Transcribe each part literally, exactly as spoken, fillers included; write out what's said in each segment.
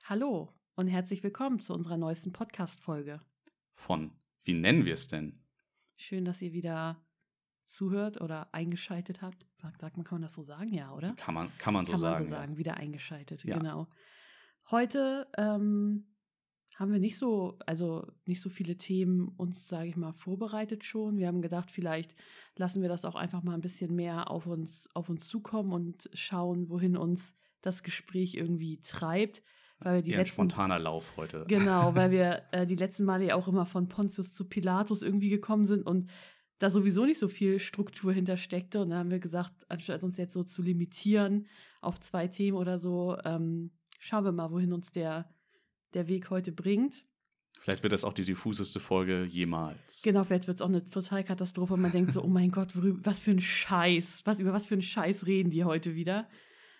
Hallo und herzlich willkommen zu unserer neuesten Podcast-Folge. Von, wie nennen wir es denn? Schön, dass ihr wieder zuhört oder eingeschaltet habt. Sagt man, kann man das so sagen? Ja, oder? Kann man, kann man so kann man sagen. so sagen, ja. wieder eingeschaltet, Ja. genau. Heute ähm, haben wir nicht so, also nicht so viele Themen uns, sage ich mal, vorbereitet schon. Wir haben gedacht, vielleicht lassen wir das auch einfach mal ein bisschen mehr auf uns, auf uns zukommen und schauen, wohin uns das Gespräch irgendwie treibt. Weil wir die Eher ein letzten, spontaner Lauf heute. Genau, weil wir äh, die letzten Male ja auch immer von Pontius zu Pilatus irgendwie gekommen sind und da sowieso nicht so viel Struktur hintersteckte. Und dann haben wir gesagt, anstatt uns jetzt so zu limitieren auf zwei Themen oder so, ähm, schauen wir mal, wohin uns der, der Weg heute bringt. Vielleicht wird das auch die diffuseste Folge jemals. Genau, vielleicht wird es auch eine Totalkatastrophe und man denkt so, oh mein Gott, worüber, was für ein Scheiß, was, über was für einen Scheiß reden die heute wieder.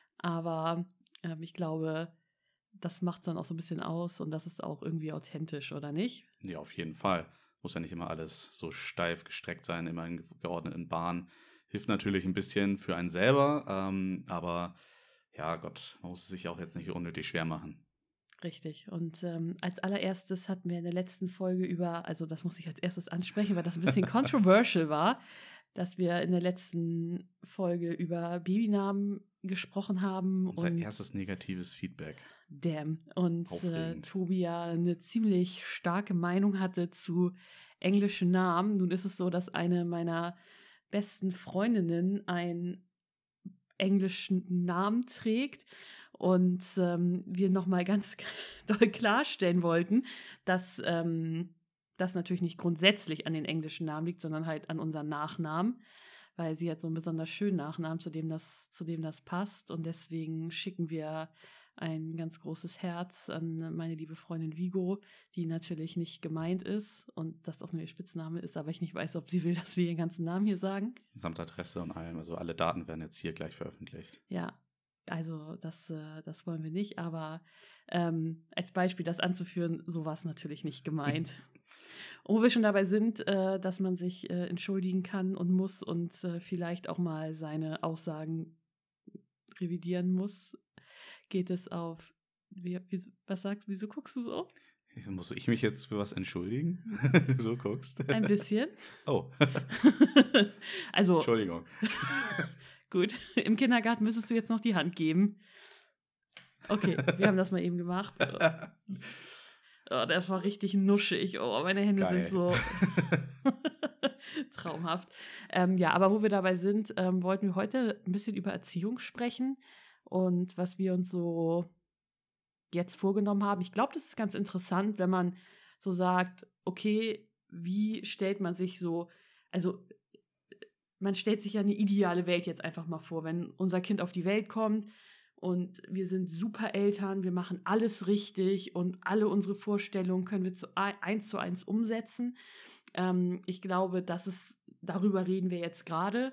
Aber ähm, ich glaube, das macht es dann auch so ein bisschen aus und das ist auch irgendwie authentisch, oder nicht? Ja, auf jeden Fall. Muss ja nicht immer alles so steif gestreckt sein, immer in geordneten Bahnen. Hilft natürlich ein bisschen für einen selber, ähm, aber ja, Gott, man muss es sich auch jetzt nicht unnötig schwer machen. Richtig. Und ähm, als allererstes hatten wir in der letzten Folge über, also das muss ich als erstes ansprechen, weil das ein bisschen controversial war, dass wir in der letzten Folge über Babynamen gesprochen haben. Unser und erstes negatives Feedback. Damn. Und äh, Aufregend. Tobi ja eine ziemlich starke Meinung hatte zu englischen Namen. Nun ist es so, dass eine meiner besten Freundinnen einen englischen Namen trägt und ähm, wir nochmal ganz doll klarstellen wollten, dass ähm, das natürlich nicht grundsätzlich an den englischen Namen liegt, sondern halt an unseren Nachnamen, weil sie hat so einen besonders schönen Nachnamen, zu dem das, zu dem das passt und deswegen schicken wir ein ganz großes Herz an meine liebe Freundin Vigo, die natürlich nicht gemeint ist und das auch nur ihr Spitzname ist, aber ich nicht weiß, ob sie will, dass wir ihren ganzen Namen hier sagen. Samt Adresse und allem, also alle Daten werden jetzt hier gleich veröffentlicht. Ja, also das, äh, das wollen wir nicht, aber ähm, als Beispiel das anzuführen, so war es natürlich nicht gemeint. Und wo wir schon dabei sind, äh, dass man sich äh, entschuldigen kann und muss und äh, vielleicht auch mal seine Aussagen revidieren muss, geht es auf, wie, wie, was sagst du, wieso guckst du so? Muss ich mich jetzt für was entschuldigen? Du so guckst. Ein bisschen. Oh. Also, Entschuldigung. Gut, im Kindergarten müsstest du jetzt noch die Hand geben. Okay, wir haben das mal eben gemacht. Oh, das war richtig nuschig. Oh, meine Hände Geil. sind so traumhaft. Ähm, ja, aber wo wir dabei sind, ähm, wollten wir heute ein bisschen über Erziehung sprechen und was wir uns so jetzt vorgenommen haben. Ich glaube, das ist ganz interessant, wenn man so sagt, okay, wie stellt man sich so, also man stellt sich ja eine ideale Welt jetzt einfach mal vor, wenn unser Kind auf die Welt kommt und wir sind super Eltern, wir machen alles richtig und alle unsere Vorstellungen können wir zu eins zu eins umsetzen. Ähm, ich glaube, das ist, darüber reden wir jetzt gerade.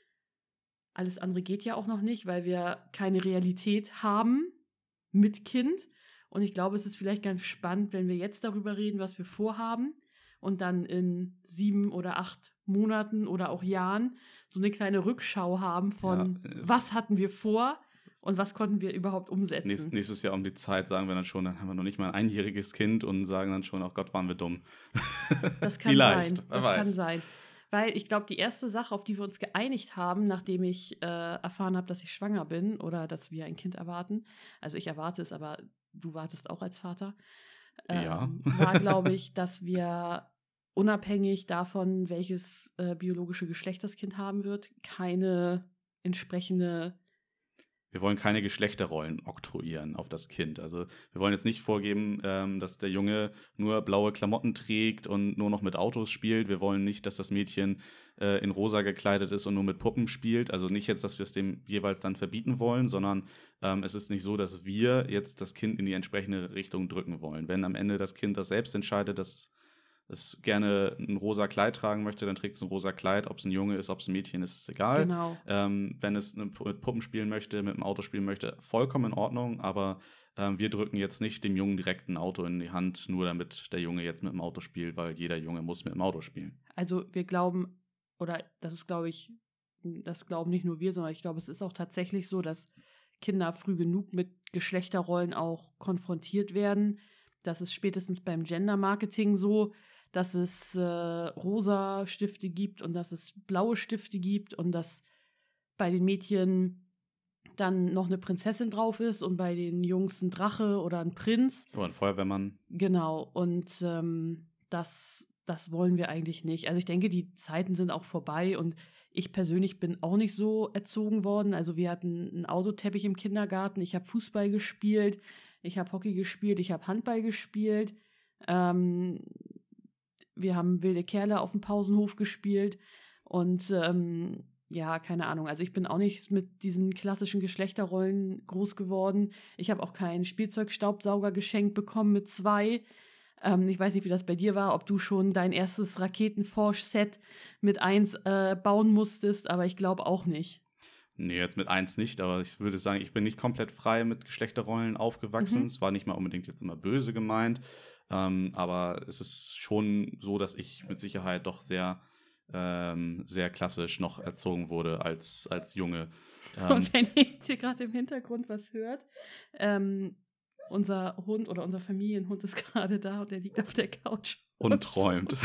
Alles andere geht ja auch noch nicht, weil wir keine Realität haben mit Kind. Und ich glaube, es ist vielleicht ganz spannend, wenn wir jetzt darüber reden, was wir vorhaben und dann in sieben oder acht Monaten oder auch Jahren so eine kleine Rückschau haben von, ja, äh, was hatten wir vor und was konnten wir überhaupt umsetzen. Nächstes, nächstes Jahr um die Zeit sagen wir dann schon, dann haben wir noch nicht mal ein einjähriges Kind und sagen dann schon, oh Gott, waren wir dumm. Das kann Vielleicht, sein, wer das weiß. kann sein. Weil ich glaube, die erste Sache, auf die wir uns geeinigt haben, nachdem ich äh, erfahren habe, dass ich schwanger bin oder dass wir ein Kind erwarten, also ich erwarte es, aber du wartest auch als Vater, ähm, Ja. war, glaube ich, dass wir unabhängig davon, welches äh, biologische Geschlecht das Kind haben wird, keine entsprechende... Wir wollen keine Geschlechterrollen oktroyieren auf das Kind. Also wir wollen jetzt nicht vorgeben, ähm, dass der Junge nur blaue Klamotten trägt und nur noch mit Autos spielt. Wir wollen nicht, dass das Mädchen äh, in rosa gekleidet ist und nur mit Puppen spielt. Also nicht jetzt, dass wir es dem jeweils dann verbieten wollen, sondern ähm, es ist nicht so, dass wir jetzt das Kind in die entsprechende Richtung drücken wollen. Wenn am Ende das Kind das selbst entscheidet, dass es gerne ein rosa Kleid tragen möchte, dann trägt es ein rosa Kleid. Ob es ein Junge ist, ob es ein Mädchen ist, ist egal. Genau. Ähm, wenn es mit Puppen spielen möchte, mit dem Auto spielen möchte, vollkommen in Ordnung. Aber ähm, wir drücken jetzt nicht dem Jungen direkt ein Auto in die Hand, nur damit der Junge jetzt mit dem Auto spielt, weil jeder Junge muss mit dem Auto spielen. Also wir glauben, oder das ist, glaube ich, das glauben nicht nur wir, sondern ich glaube, es ist auch tatsächlich so, dass Kinder früh genug mit Geschlechterrollen auch konfrontiert werden. Das ist spätestens beim Gender-Marketing so, dass es äh, rosa Stifte gibt und dass es blaue Stifte gibt und dass bei den Mädchen dann noch eine Prinzessin drauf ist und bei den Jungs ein Drache oder ein Prinz. Oder ein Feuerwehrmann. Genau, und ähm, das, das wollen wir eigentlich nicht. Also ich denke, die Zeiten sind auch vorbei und ich persönlich bin auch nicht so erzogen worden. Also wir hatten einen Autoteppich im Kindergarten, ich habe Fußball gespielt, ich habe Hockey gespielt, ich habe Handball gespielt. Ähm, wir haben wilde Kerle auf dem Pausenhof gespielt und ähm, ja, keine Ahnung. Also ich bin auch nicht mit diesen klassischen Geschlechterrollen groß geworden. Ich habe auch keinen Spielzeugstaubsauger geschenkt bekommen mit zwei. Ähm, ich weiß nicht, wie das bei dir war, ob du schon dein erstes Raketenforsch-Set mit eins äh, bauen musstest, aber ich glaube auch nicht. Nee, jetzt mit eins nicht, aber ich würde sagen, ich bin nicht komplett frei mit Geschlechterrollen aufgewachsen. Mhm. Es war nicht mal unbedingt jetzt immer böse gemeint, ähm, aber es ist schon so, dass ich mit Sicherheit doch sehr, ähm, sehr klassisch noch erzogen wurde als, als Junge. Ähm, Und wenn ihr jetzt hier gerade im Hintergrund was hört, ähm, unser Hund oder unser Familienhund ist gerade da und der liegt auf der Couch. und träumt.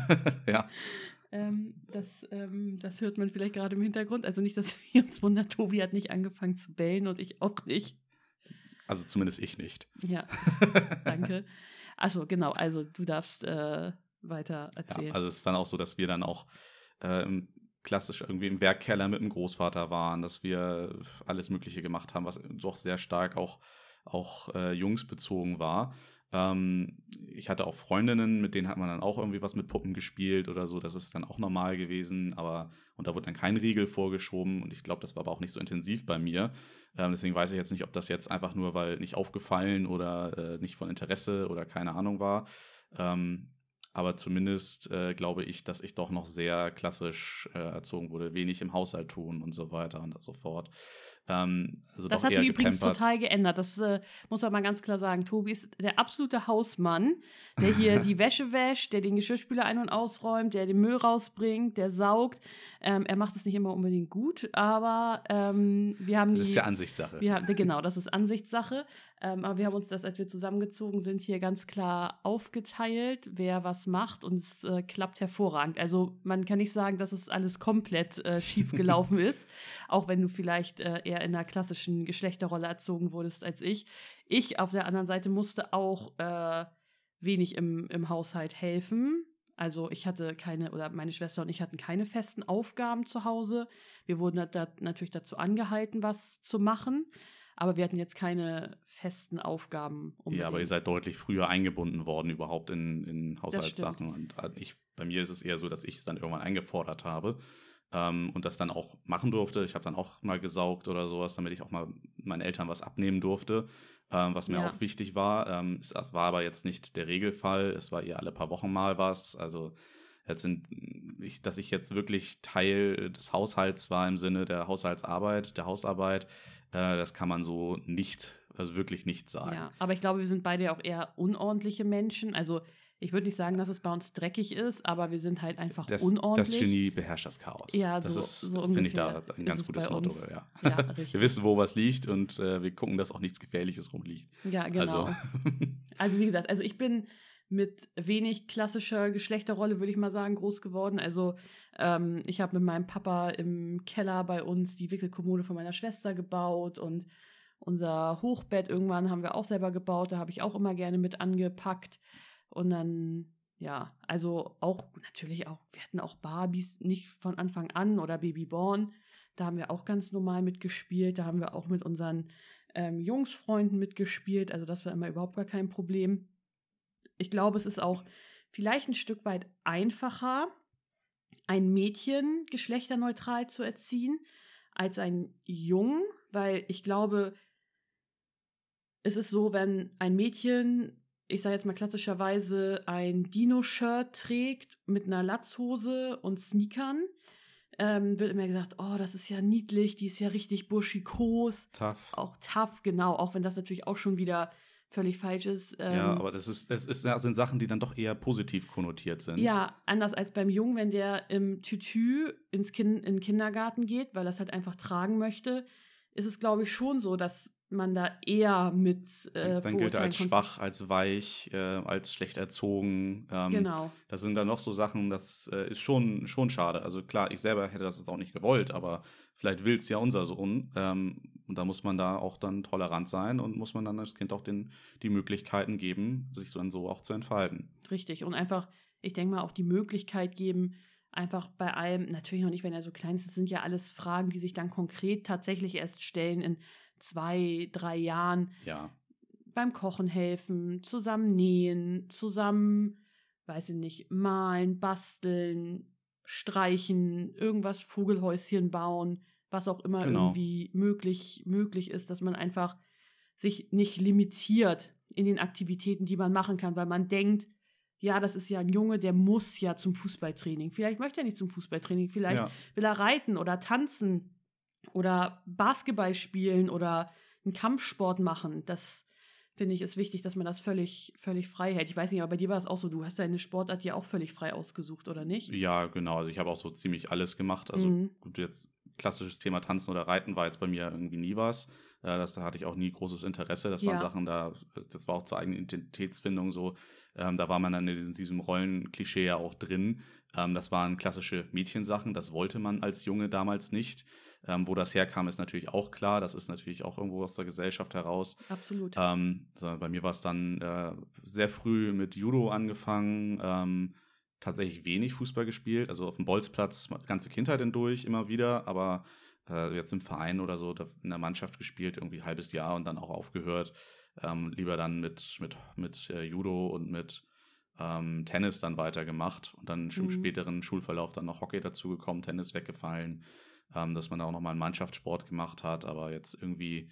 Ja. Ähm, das, ähm, das hört man vielleicht gerade im Hintergrund. Also nicht, dass wir uns wundern, Tobi hat nicht angefangen zu bellen und ich auch nicht. Also zumindest ich nicht. Ja, danke. Achso, genau, also du darfst äh, weiter erzählen. Ja, also es ist dann auch so, dass wir dann auch äh, klassisch irgendwie im Werkkeller mit dem Großvater waren, dass wir alles Mögliche gemacht haben, was doch sehr stark auch, auch äh, jungsbezogen war. Ähm, ich hatte auch Freundinnen, mit denen hat man dann auch irgendwie was mit Puppen gespielt oder so, das ist dann auch normal gewesen, aber und da wurde dann kein Riegel vorgeschoben und ich glaube, das war aber auch nicht so intensiv bei mir. Ähm, deswegen weiß ich jetzt nicht, ob das jetzt einfach nur, weil nicht aufgefallen oder äh, nicht von Interesse oder keine Ahnung war. Ähm, aber zumindest äh, glaube ich, dass ich doch noch sehr klassisch äh, erzogen wurde, wenig im Haushalt tun und so weiter und so fort. Ähm, also das doch hat eher sich übrigens gepampert. total geändert. Das äh, muss man mal ganz klar sagen. Tobi ist der absolute Hausmann, der hier die Wäsche wäscht, der den Geschirrspüler ein- und ausräumt, der den Müll rausbringt, der saugt. Ähm, er macht es nicht immer unbedingt gut, aber ähm, wir haben die... Das ist ja Ansichtssache. Wir haben, genau, das ist Ansichtssache. Ähm, aber wir haben uns das, als wir zusammengezogen sind, hier ganz klar aufgeteilt, wer was macht und es äh, klappt hervorragend. Also man kann nicht sagen, dass es alles komplett äh, schief gelaufen ist, auch wenn du vielleicht äh, eher in einer klassischen Geschlechterrolle erzogen wurdest als ich. Ich auf der anderen Seite musste auch äh, wenig im, im Haushalt helfen. Also ich hatte keine, oder meine Schwester und ich hatten keine festen Aufgaben zu Hause. Wir wurden da natürlich dazu angehalten, was zu machen. Aber wir hatten jetzt keine festen Aufgaben unbedingt. Ja, aber ihr seid deutlich früher eingebunden worden überhaupt in, in Haushaltssachen. Und ich, bei mir ist es eher so, dass ich es dann irgendwann eingefordert habe ähm, und das dann auch machen durfte. Ich habe dann auch mal gesaugt oder sowas, damit ich auch mal meinen Eltern was abnehmen durfte, ähm, was mir Ja. auch wichtig war. Ähm, es war aber jetzt nicht der Regelfall. Es war eher alle paar Wochen mal was. Also jetzt sind ich, dass ich jetzt wirklich Teil des Haushalts war im Sinne der Haushaltsarbeit, der Hausarbeit, äh, das kann man so nicht, also wirklich nicht sagen. Ja, aber ich glaube, wir sind beide auch eher unordentliche Menschen. Also ich würde nicht sagen, dass es bei uns dreckig ist, aber wir sind halt einfach Das, unordentlich. das Genie beherrscht das Chaos. Ja, das so- ist, so finde ich, da ungefähr ein ganz ist es gutes bei Motto. uns. Ja. Ja, richtig. Wir wissen, wo was liegt und äh, wir gucken, dass auch nichts Gefährliches rumliegt. Ja, genau. Also, Also wie gesagt, also ich bin mit wenig klassischer Geschlechterrolle, würde ich mal sagen, groß geworden. Also ähm, ich habe mit meinem Papa im Keller bei uns die Wickelkommode von meiner Schwester gebaut und unser Hochbett irgendwann haben wir auch selber gebaut. Da habe ich auch immer gerne mit angepackt. Und dann, ja, also auch natürlich auch, wir hatten auch Barbies nicht von Anfang an oder Babyborn. Da haben wir auch ganz normal mitgespielt. Da haben wir auch mit unseren ähm, Jungsfreunden mitgespielt. Also das war immer überhaupt gar kein Problem. Ich glaube, es ist auch vielleicht ein Stück weit einfacher, ein Mädchen geschlechterneutral zu erziehen, als ein Jungen, weil ich glaube, es ist so, wenn ein Mädchen, ich sage jetzt mal klassischerweise, ein Dino-Shirt trägt mit einer Latzhose und Sneakern, ähm, wird immer gesagt, oh, das ist ja niedlich, die ist ja richtig burschikos. tough. Auch tough, genau, auch wenn das natürlich auch schon wieder völlig falsch ist. Ähm, Ja, aber das ist, das ist, das sind Sachen, die dann doch eher positiv konnotiert sind. Ja, anders als beim Jungen, wenn der im Tütü ins kind, in den Kindergarten geht, weil er es halt einfach tragen möchte, ist es, glaube ich, schon so, dass man da eher mit äh, Dann gilt er als konf- schwach, als weich, äh, als schlecht erzogen. Ähm, Genau. Das sind dann noch so Sachen, das äh, ist schon, schon schade. Also klar, ich selber hätte das jetzt auch nicht gewollt, aber vielleicht will es ja unser Sohn. Ähm, und da muss man da auch dann tolerant sein und muss man dann das Kind auch den, die Möglichkeiten geben, sich dann so auch zu entfalten. Richtig. Und einfach, ich denke mal, auch die Möglichkeit geben, einfach bei allem, natürlich noch nicht, wenn er so klein ist, das sind ja alles Fragen, die sich dann konkret tatsächlich erst stellen in zwei, drei Jahren. Ja. Beim Kochen helfen, zusammen nähen, zusammen, weiß ich nicht, malen, basteln, streichen, irgendwas, Vogelhäuschen bauen, was auch immer Genau. irgendwie möglich, möglich ist, dass man einfach sich nicht limitiert in den Aktivitäten, die man machen kann, weil man denkt, ja, das ist ja ein Junge, der muss ja zum Fußballtraining. Vielleicht möchte er nicht zum Fußballtraining, vielleicht Ja. will er reiten oder tanzen oder Basketball spielen oder einen Kampfsport machen. Das finde ich ist wichtig, dass man das völlig, völlig frei hält. Ich weiß nicht, aber bei dir war es auch so, du hast deine Sportart ja auch völlig frei ausgesucht, oder nicht? Ja, genau. Also ich habe auch so ziemlich alles gemacht. Also Mhm. gut, jetzt klassisches Thema Tanzen oder Reiten war jetzt bei mir irgendwie nie was. Äh, das, da hatte ich auch nie großes Interesse. Das waren Ja. Sachen, da, das war auch zur eigenen Identitätsfindung so. Ähm, da war man dann in diesem, diesem Rollenklischee ja auch drin. Ähm, das waren klassische Mädchensachen. Das wollte man als Junge damals nicht. Ähm, wo das herkam, ist natürlich auch klar. Das ist natürlich auch irgendwo aus der Gesellschaft heraus. Absolut. Ähm, so, bei mir war es dann äh, sehr früh mit Judo angefangen. Ähm, tatsächlich wenig Fußball gespielt, also auf dem Bolzplatz ganze Kindheit hindurch immer wieder, aber äh, jetzt im Verein oder so in der Mannschaft gespielt, irgendwie ein halbes Jahr und dann auch aufgehört. Ähm, lieber dann mit, mit, mit äh, Judo und mit ähm, Tennis dann weitergemacht und dann im Mhm. späteren Schulverlauf dann noch Hockey dazugekommen, Tennis weggefallen, ähm, dass man da auch nochmal einen Mannschaftssport gemacht hat, aber jetzt irgendwie,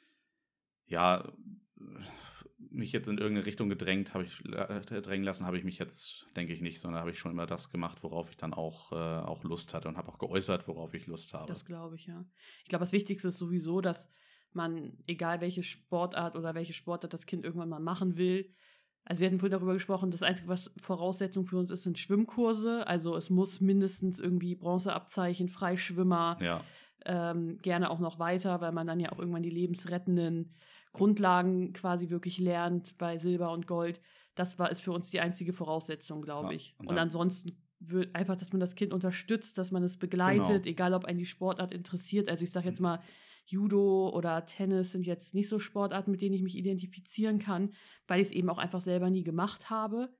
ja, mich jetzt in irgendeine Richtung gedrängt, habe ich äh, drängen lassen, habe ich mich jetzt, denke ich nicht, sondern habe ich schon immer das gemacht, worauf ich dann auch, äh, auch Lust hatte und habe auch geäußert, worauf ich Lust habe. Das glaube ich, ja. Ich glaube, das Wichtigste ist sowieso, dass man, egal welche Sportart oder welche Sportart das Kind irgendwann mal machen will, also wir hatten vorhin darüber gesprochen, das Einzige, was Voraussetzung für uns ist, sind Schwimmkurse. Also es muss mindestens irgendwie Bronzeabzeichen, Freischwimmer, Ja. ähm, gerne auch noch weiter, weil man dann ja auch irgendwann die lebensrettenden Grundlagen quasi wirklich lernt bei Silber und Gold. Das war ist für uns die einzige Voraussetzung, glaube Ja, ich. und Und dann- ansonsten wird einfach, dass man das Kind unterstützt, dass man es begleitet, Genau. egal ob einen die Sportart interessiert. Also ich sage jetzt mal, Judo oder Tennis sind jetzt nicht so Sportarten, mit denen ich mich identifizieren kann, weil ich es eben auch einfach selber nie gemacht habe.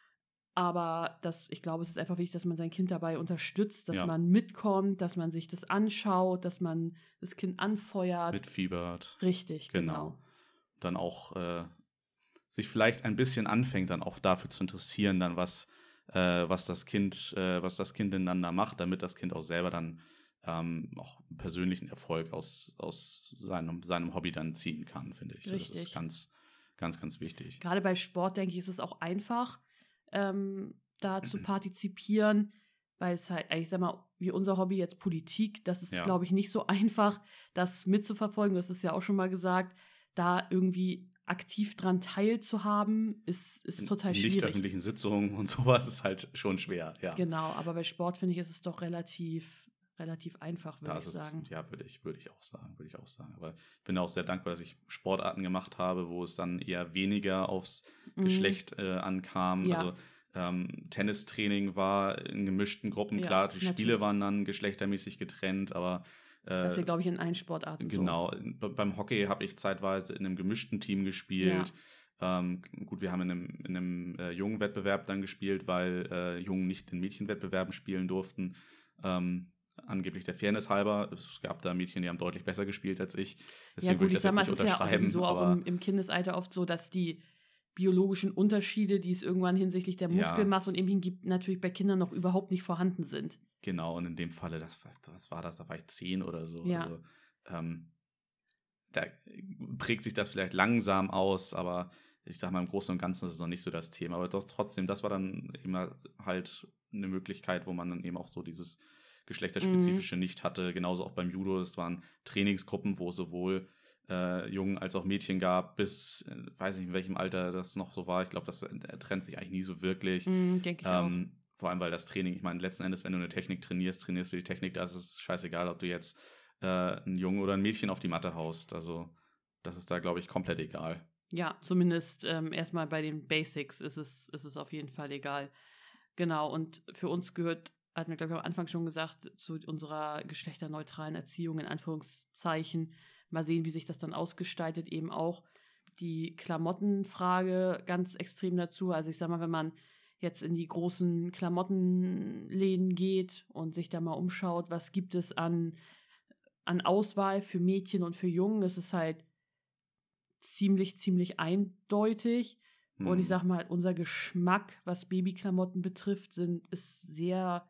Aber das, ich glaube, es ist einfach wichtig, dass man sein Kind dabei unterstützt, dass Ja. man mitkommt, dass man sich das anschaut, dass man das Kind anfeuert. Mitfiebert. Richtig, genau. Genau. Dann auch äh, sich vielleicht ein bisschen anfängt, dann auch dafür zu interessieren, dann was, äh, was das Kind, äh, was das Kind denn dann da macht, damit das Kind auch selber dann ähm, auch einen persönlichen Erfolg aus, aus seinem, seinem Hobby dann ziehen kann, finde ich. So, das ist Richtig. ganz, ganz, ganz wichtig. Gerade bei Sport, denke ich, ist es auch einfach, ähm, da zu partizipieren, weil es halt, ich sag mal, wie unser Hobby jetzt Politik, das ist, Ja. glaube ich, nicht so einfach, das mitzuverfolgen. Du hast es ja auch schon mal gesagt, da irgendwie aktiv dran teilzuhaben, ist, ist In, total in schwierig. nicht öffentlichen Sitzungen und sowas ist halt schon schwer, ja. Genau, aber bei Sport, finde ich, ist es doch relativ, relativ einfach, würde Da ich ist es, sagen. ja, würde ich, würde ich auch sagen, würde ich auch sagen. Aber ich bin auch sehr dankbar, dass ich Sportarten gemacht habe, wo es dann eher weniger aufs Mhm. Geschlecht äh, ankam. Ja. Also ähm, Tennistraining war in gemischten Gruppen, Ja, klar, die natürlich. Spiele waren dann geschlechtermäßig getrennt, aber äh, Das ist ja, glaube ich, in allen Sportarten genau, in- be- beim Hockey habe ich zeitweise in einem gemischten Team gespielt. Ähm, gut, wir haben in einem, in einem äh, jungen Wettbewerb dann gespielt, weil äh, Jungen nicht in Mädchenwettbewerben spielen durften. Ähm, angeblich der Fairness halber. Es gab da Mädchen, die haben deutlich besser gespielt als ich. so. Deswegen Ja gut, würde ich ich sag das mal, jetzt es nicht ist ja unterschreiben. sowieso auch aber im, im Kindesalter oft so, dass die biologischen Unterschiede, die es irgendwann hinsichtlich der Ja. Muskelmasse und Ähnlichem gibt, natürlich bei Kindern noch überhaupt nicht vorhanden sind. genau, und in dem Falle, das, was, was war das? Da war ich zehn oder so. Ja. Also, ähm, da prägt sich das vielleicht langsam aus, aber ich sag mal, im Großen und Ganzen ist es noch nicht so das Thema. Aber doch trotzdem, das war dann immer halt eine Möglichkeit, wo man dann eben auch so dieses Geschlechterspezifische Mhm. nicht hatte. Genauso auch beim Judo. Das waren Trainingsgruppen, wo es sowohl äh, Jungen als auch Mädchen gab, bis, äh, weiß nicht in welchem Alter das noch so war. Ich glaube, das äh, trennt sich eigentlich nie so wirklich. Mhm, denke ich Ähm, vor allem, weil das Training, ich meine, letzten Endes, wenn du eine Technik trainierst, trainierst du die Technik, da ist es scheißegal, ob du jetzt äh, einen Jungen oder ein Mädchen auf die Matte haust. Also das ist da, glaube ich, komplett egal. Ja, zumindest ähm, erstmal bei den Basics ist es, ist es auf jeden Fall egal. Genau, und für uns gehört, hatten wir, glaube ich, am Anfang schon gesagt, zu unserer geschlechterneutralen Erziehung in Anführungszeichen. Mal sehen, wie sich das dann ausgestaltet, eben auch die Klamottenfrage ganz extrem dazu. Also ich sag mal, wenn man jetzt in die großen Klamottenläden geht und sich da mal umschaut, was gibt es an, an Auswahl für Mädchen und für Jungen, ist es halt ziemlich, ziemlich eindeutig. Hm. Und ich sag mal, unser Geschmack, was Babyklamotten betrifft, sind, ist sehr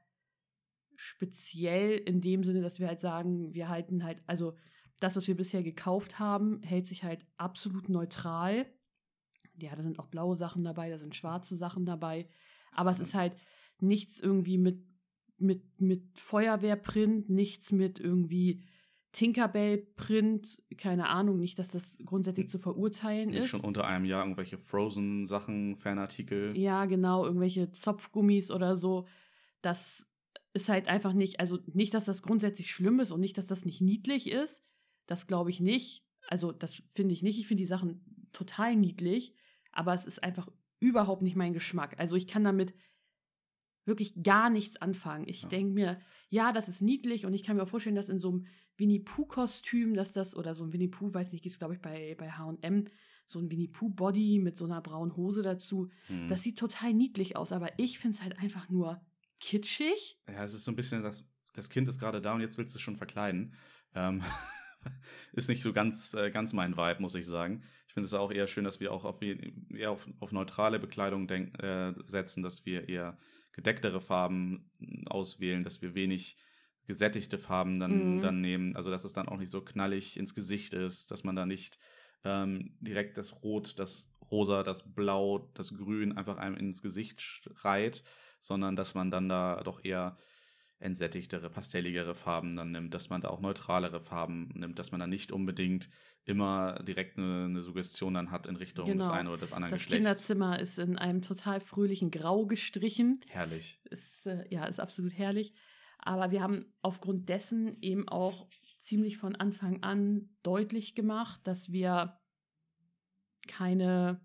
speziell in dem Sinne, dass wir halt sagen, wir halten halt, also das, was wir bisher gekauft haben, hält sich halt absolut neutral. Ja, da sind auch blaue Sachen dabei, da sind schwarze Sachen dabei. Aber es ist halt nichts irgendwie mit, mit, mit Feuerwehrprint, nichts mit irgendwie Tinkerbell-Print, keine Ahnung, nicht, dass das grundsätzlich zu verurteilen nicht ist. Schon unter einem Jahr irgendwelche Frozen-Sachen, Fanartikel. Ja, genau, irgendwelche Zopfgummis oder so. Das ist halt einfach nicht, also nicht, dass das grundsätzlich schlimm ist und nicht, dass das nicht niedlich ist. Das glaube ich nicht. Also das finde ich nicht. Ich finde die Sachen total niedlich, aber es ist einfach überhaupt nicht mein Geschmack. Also ich kann damit wirklich gar nichts anfangen. Ich ja. denke mir, ja, das ist niedlich und ich kann mir auch vorstellen, dass in so einem Winnie-Pooh-Kostüm, dass das, oder so ein Winnie-Pooh, weiß nicht, gibt es glaube ich bei, bei H und M, so ein Winnie-Pooh-Body mit so einer braunen Hose dazu. Hm. Das sieht total niedlich aus, aber ich finde es halt einfach nur kitschig. Ja, es ist so ein bisschen, das, das Kind ist gerade da und jetzt willst du es schon verkleiden. Ähm, ist nicht so ganz, äh, ganz mein Vibe, muss ich sagen. Ich finde es auch eher schön, dass wir auch auf, eher auf, auf neutrale Bekleidung denk, äh, setzen, dass wir eher gedecktere Farben auswählen, dass wir wenig gesättigte Farben dann, mhm. dann nehmen. Also dass es dann auch nicht so knallig ins Gesicht ist, dass man da nicht ähm, direkt das Rot, das Rosa, das Blau, das Grün einfach einem ins Gesicht schreit, sondern dass man dann da doch eher entsättigtere, pastelligere Farben dann nimmt, dass man da auch neutralere Farben nimmt, dass man dann nicht unbedingt immer direkt eine, eine Suggestion dann hat in Richtung genau. des einen oder des anderen das Geschlechts. Das Kinderzimmer ist in einem total fröhlichen Grau gestrichen. Herrlich. Ist, äh, ja, ist absolut herrlich. Aber wir haben aufgrund dessen eben auch ziemlich von Anfang an deutlich gemacht, dass wir keine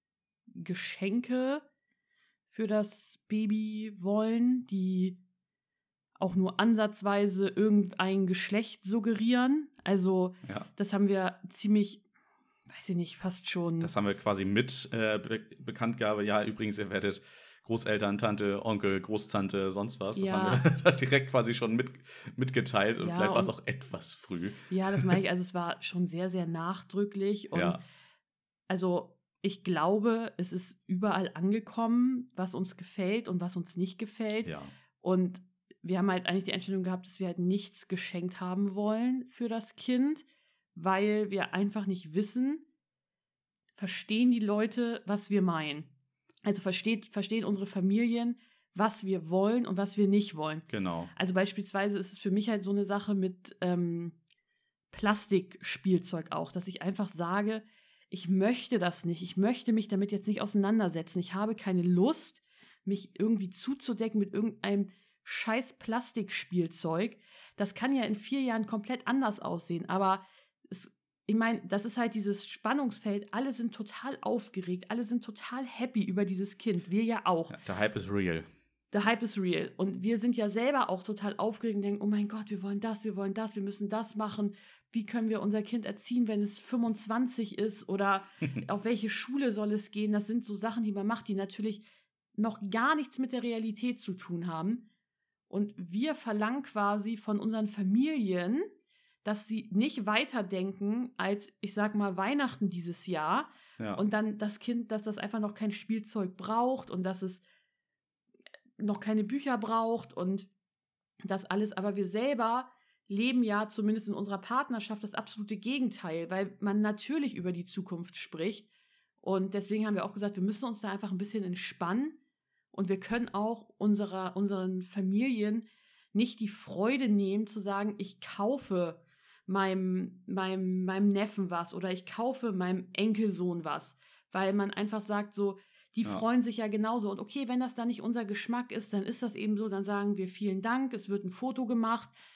Geschenke für das Baby wollen, die auch nur ansatzweise irgendein Geschlecht suggerieren. Also ja. das haben wir ziemlich, weiß ich nicht, fast schon. Das haben wir quasi mit äh, Be- Bekanntgabe. Ja, übrigens, ihr werdet Großeltern, Tante, Onkel, Großtante, sonst was. Das ja. haben wir direkt quasi schon mit, mitgeteilt. Und ja, vielleicht war es auch etwas früh. Ja, das meine ich. Also es war schon sehr, sehr nachdrücklich. Und ja. also ich glaube, es ist überall angekommen, was uns gefällt und was uns nicht gefällt. Ja. Und wir haben halt eigentlich die Einstellung gehabt, dass wir halt nichts geschenkt haben wollen für das Kind, weil wir einfach nicht wissen, verstehen die Leute, was wir meinen. Also versteht, verstehen unsere Familien, was wir wollen und was wir nicht wollen. Genau. Also beispielsweise ist es für mich halt so eine Sache mit ähm, Plastikspielzeug auch, dass ich einfach sage, ich möchte das nicht, ich möchte mich damit jetzt nicht auseinandersetzen. Ich habe keine Lust, mich irgendwie zuzudecken mit irgendeinem scheiß Plastikspielzeug. Das kann ja in vier Jahren komplett anders aussehen, aber es, ich meine, das ist halt dieses Spannungsfeld. Alle sind total aufgeregt, alle sind total happy über dieses Kind. Wir ja auch. Ja, der Hype ist real. Der Hype ist real. Und wir sind ja selber auch total aufgeregt und denken, oh mein Gott, wir wollen das, wir wollen das, wir müssen das machen. Wie können wir unser Kind erziehen, wenn es fünfundzwanzig ist? Oder auf welche Schule soll es gehen? Das sind so Sachen, die man macht, die natürlich noch gar nichts mit der Realität zu tun haben. Und wir verlangen quasi von unseren Familien, dass sie nicht weiterdenken als, ich sag mal, Weihnachten dieses Jahr. Ja. Und dann das Kind, dass das einfach noch kein Spielzeug braucht und dass es noch keine Bücher braucht und das alles. Aber wir selber leben ja zumindest in unserer Partnerschaft das absolute Gegenteil, weil man natürlich über die Zukunft spricht. Und deswegen haben wir auch gesagt, wir müssen uns da einfach ein bisschen entspannen. Und wir können auch unserer, unseren Familien nicht die Freude nehmen, zu sagen, ich kaufe meinem, meinem, meinem Neffen was oder ich kaufe meinem Enkelsohn was. Weil man einfach sagt so, die ja. freuen sich ja genauso. Und okay, wenn das dann nicht unser Geschmack ist, dann ist das eben so, dann sagen wir vielen Dank, es wird ein Foto gemacht.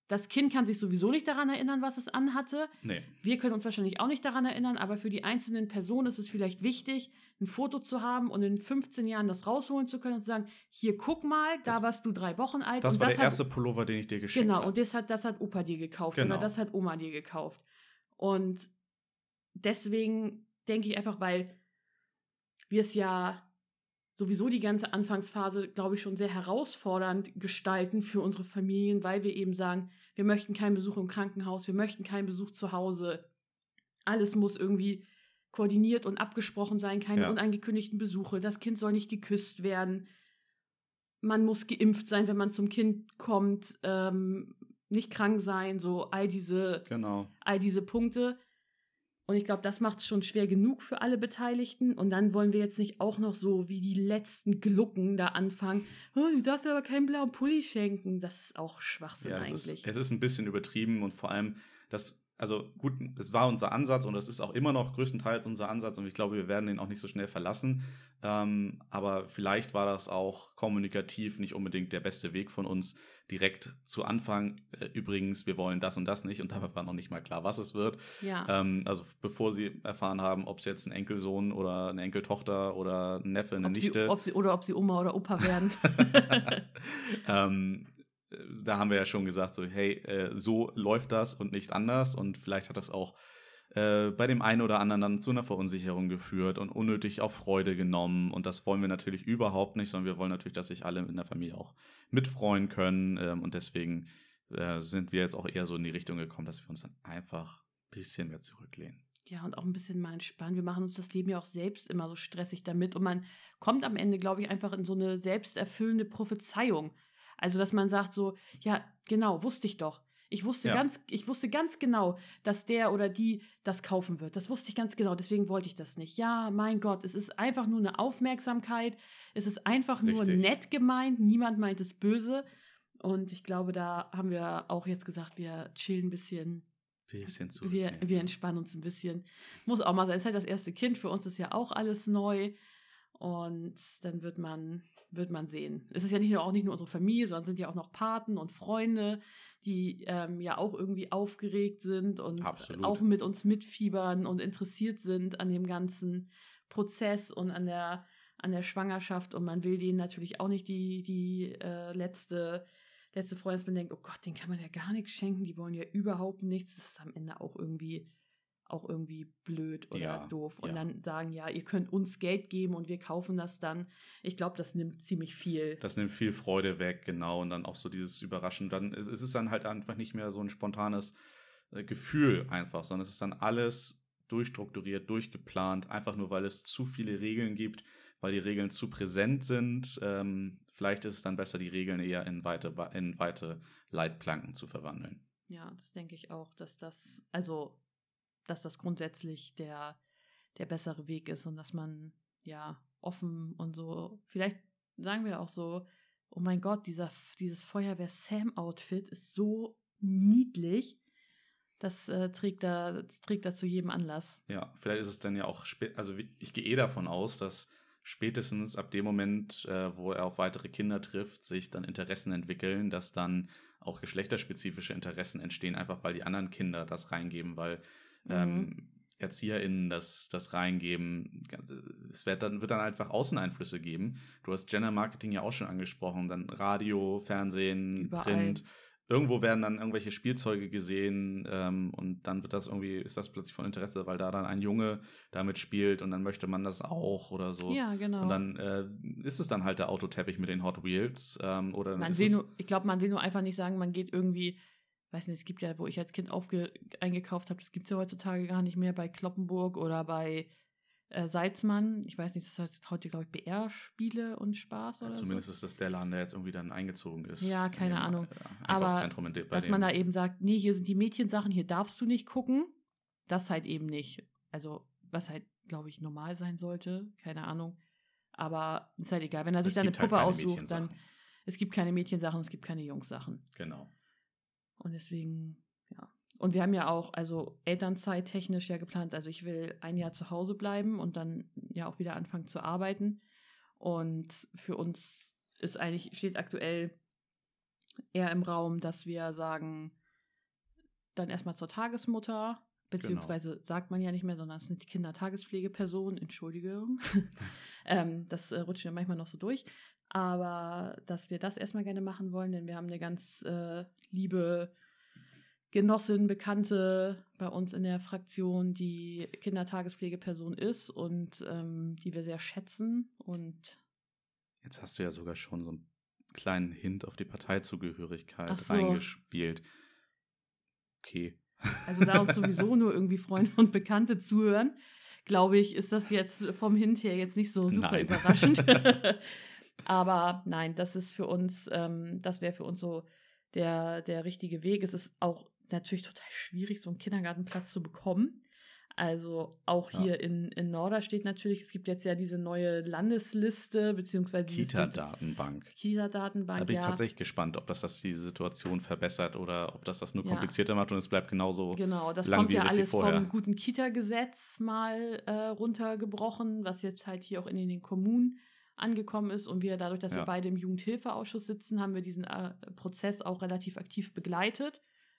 das Kind kann sich sowieso nicht daran erinnern, was es anhatte. Nee. Wir können uns wahrscheinlich auch nicht daran erinnern, aber für die einzelnen Personen ist es vielleicht wichtig, ein Foto zu haben und in fünfzehn Jahren das rausholen zu können und zu sagen, hier, guck mal, da Das- warst du drei Wochen alt. Das und war das der hat, erste Pullover, den ich dir geschenkt Genau, habe. und das hat, das hat Opa dir gekauft Genau. oder das hat Oma dir gekauft. Und deswegen denke ich einfach, weil wir es ja sowieso die ganze Anfangsphase, glaube ich, schon sehr herausfordernd gestalten für unsere Familien, weil wir eben sagen, wir möchten keinen Besuch im Krankenhaus, wir möchten keinen Besuch zu Hause. Alles muss irgendwie koordiniert und abgesprochen sein, keine Ja. unangekündigten Besuche. Das Kind soll nicht geküsst werden. Man muss geimpft sein, wenn man zum Kind kommt, ähm, nicht krank sein, so all diese, Genau. all diese Punkte. Und ich glaube, das macht es schon schwer genug für alle Beteiligten. Und dann wollen wir jetzt nicht auch noch so wie die letzten Glucken da anfangen. Oh, du darfst aber keinen blauen Pulli schenken. Das ist auch Schwachsinn Ja, das eigentlich. ist, es ist ein bisschen übertrieben und vor allem, das, also gut, es war unser Ansatz und das ist auch immer noch größtenteils unser Ansatz und ich glaube, wir werden den auch nicht so schnell verlassen. Ähm, aber vielleicht war das auch kommunikativ nicht unbedingt der beste Weg von uns, direkt zu Anfang. Äh, übrigens, wir wollen das und das nicht und dabei war noch nicht mal klar, was es wird. Ja. Ähm, also bevor sie erfahren haben, ob es jetzt ein Enkelsohn oder eine Enkeltochter oder ein Neffe, eine ob Nichte. sie, ob sie, oder ob sie Oma oder Opa werden. ähm, da haben wir ja schon gesagt, so hey, äh, so läuft das und nicht anders und vielleicht hat das auch äh, bei dem einen oder anderen dann zu einer Verunsicherung geführt und unnötig auf Freude genommen und das wollen wir natürlich überhaupt nicht, sondern wir wollen natürlich, dass sich alle in der Familie auch mitfreuen können ähm, und deswegen äh, sind wir jetzt auch eher so in die Richtung gekommen, dass wir uns dann einfach ein bisschen mehr zurücklehnen. Ja, und auch ein bisschen mal entspannen. Wir machen uns das Leben ja auch selbst immer so stressig damit und man kommt am Ende, glaube ich, einfach in so eine selbsterfüllende Prophezeiung. Also, dass man sagt so, ja, genau, wusste ich doch. Ich wusste, Ja. ganz, ich wusste ganz genau, dass der oder die das kaufen wird. Das wusste ich ganz genau, deswegen wollte ich das nicht. Ja, mein Gott, es ist einfach nur eine Aufmerksamkeit. Es ist einfach nur Richtig. nett gemeint. Niemand meint es böse. Und ich glaube, da haben wir auch jetzt gesagt, wir chillen ein bisschen. Bisschen Wir, zurücklehnen. wir entspannen uns ein bisschen. Muss auch mal sein. Es ist halt das erste Kind. Für uns ist ja auch alles neu. Und dann wird man, wird man sehen. Es ist ja nicht nur, auch nicht nur unsere Familie, sondern sind ja auch noch Paten und Freunde, die ähm, ja auch irgendwie aufgeregt sind und Absolut. auch mit uns mitfiebern und interessiert sind an dem ganzen Prozess und an der, an der Schwangerschaft. Und man will denen natürlich auch nicht die, die äh, letzte, letzte Freude, dass man denkt, oh Gott, denen kann man ja gar nichts schenken, die wollen ja überhaupt nichts. Das ist am Ende auch irgendwie auch irgendwie blöd oder Ja, doof. Und ja. dann sagen, ja, ihr könnt uns Geld geben und wir kaufen das dann. Ich glaube, das nimmt ziemlich viel. Das nimmt viel Freude weg, genau. Und dann auch so dieses Überraschen. Dann ist es ist dann halt einfach nicht mehr so ein spontanes äh, Gefühl einfach, sondern es ist dann alles durchstrukturiert, durchgeplant, einfach nur, weil es zu viele Regeln gibt, weil die Regeln zu präsent sind. Ähm, vielleicht ist es dann besser, die Regeln eher in weite, in weite Leitplanken zu verwandeln. Ja, das denke ich auch, dass das, also dass das grundsätzlich der, der bessere Weg ist und dass man ja offen und so, vielleicht sagen wir auch so, oh mein Gott, dieser, dieses Feuerwehr-Sam-Outfit ist so niedlich, das, äh, trägt da, das trägt da zu jedem Anlass. Ja, vielleicht ist es dann ja auch, spä- also ich gehe eh davon aus, dass spätestens ab dem Moment, äh, wo er auf weitere Kinder trifft, sich dann Interessen entwickeln, dass dann auch geschlechterspezifische Interessen entstehen, einfach weil die anderen Kinder das reingeben, weil ähm, Mhm. ErzieherInnen das, das reingeben. Es wird dann, wird dann einfach Außeneinflüsse geben. Du hast Gender Marketing ja auch schon angesprochen, dann Radio, Fernsehen, Überall. Print. Irgendwo werden dann irgendwelche Spielzeuge gesehen ähm, und dann wird das irgendwie, ist das plötzlich von Interesse, weil da dann ein Junge damit spielt und dann möchte man das auch oder so. Ja, genau. Und dann äh, ist es dann halt der Autoteppich mit den Hot Wheels. Ähm, oder dann Man ist will es, nur, ich glaube, man will nur einfach nicht sagen, man geht irgendwie, weiß nicht, es gibt ja, wo ich als Kind aufge, eingekauft habe, das gibt es ja heutzutage gar nicht mehr, bei Kloppenburg oder bei äh, Salzmann. Ich weiß nicht, das heißt heute, glaube ich, B R-Spiele und Spaß oder ja, so. zumindest ist das der Laden, der jetzt irgendwie dann eingezogen ist. Ja, in keine dem, Ahnung. äh, Aber Einkaufszentrum in de, bei dass dem, man da eben sagt, nee, hier sind die Mädchensachen, hier darfst du nicht gucken. Das halt eben nicht. Also, was halt, glaube ich, normal sein sollte. Keine Ahnung. Aber ist halt egal. Wenn er sich Es dann eine gibt halt Puppe keine aussucht, dann Mädchensachen. es gibt keine Mädchensachen, es gibt keine Jungssachen. Genau. Und deswegen, ja. Und wir haben ja auch, also Elternzeit technisch ja geplant, also ich will ein Jahr zu Hause bleiben und dann ja auch wieder anfangen zu arbeiten. Und für uns ist eigentlich, steht aktuell eher im Raum, dass wir sagen, dann erstmal zur Tagesmutter, beziehungsweise genau. sagt man ja nicht mehr, sondern es sind die Kindertagespflegepersonen, Entschuldigung. ähm, das äh, rutscht ja manchmal noch so durch. Aber dass wir das erstmal gerne machen wollen, denn wir haben eine ganz äh, liebe Genossin, Bekannte bei uns in der Fraktion, die Kindertagespflegeperson ist und ähm, die wir sehr schätzen. Und jetzt hast du ja sogar schon so einen kleinen Hint auf die Parteizugehörigkeit so. reingespielt. Okay. Also da uns sowieso nur irgendwie Freunde und Bekannte zuhören, glaube ich, ist das jetzt vom Hint her jetzt nicht so super Nein. überraschend. Aber nein, das ist für uns, ähm, das wäre für uns so der, der richtige Weg. Es ist auch natürlich total schwierig, so einen Kindergartenplatz zu bekommen. Also auch hier ja. in, in Norderstedt natürlich, es gibt jetzt ja diese neue Landesliste, beziehungsweise Kita-Datenbank. Kita-Datenbank, Da bin ich ja. tatsächlich gespannt, ob das, das die Situation verbessert oder ob das das nur komplizierter ja. macht und es bleibt genauso Genau, das langwierig kommt ja alles wie vorher. vom guten Kita-Gesetz mal äh, runtergebrochen, was jetzt halt hier auch in den Kommunen angekommen ist. Und wir dadurch, dass ja. wir beide im Jugendhilfeausschuss sitzen, haben wir diesen äh, Prozess auch relativ aktiv begleitet.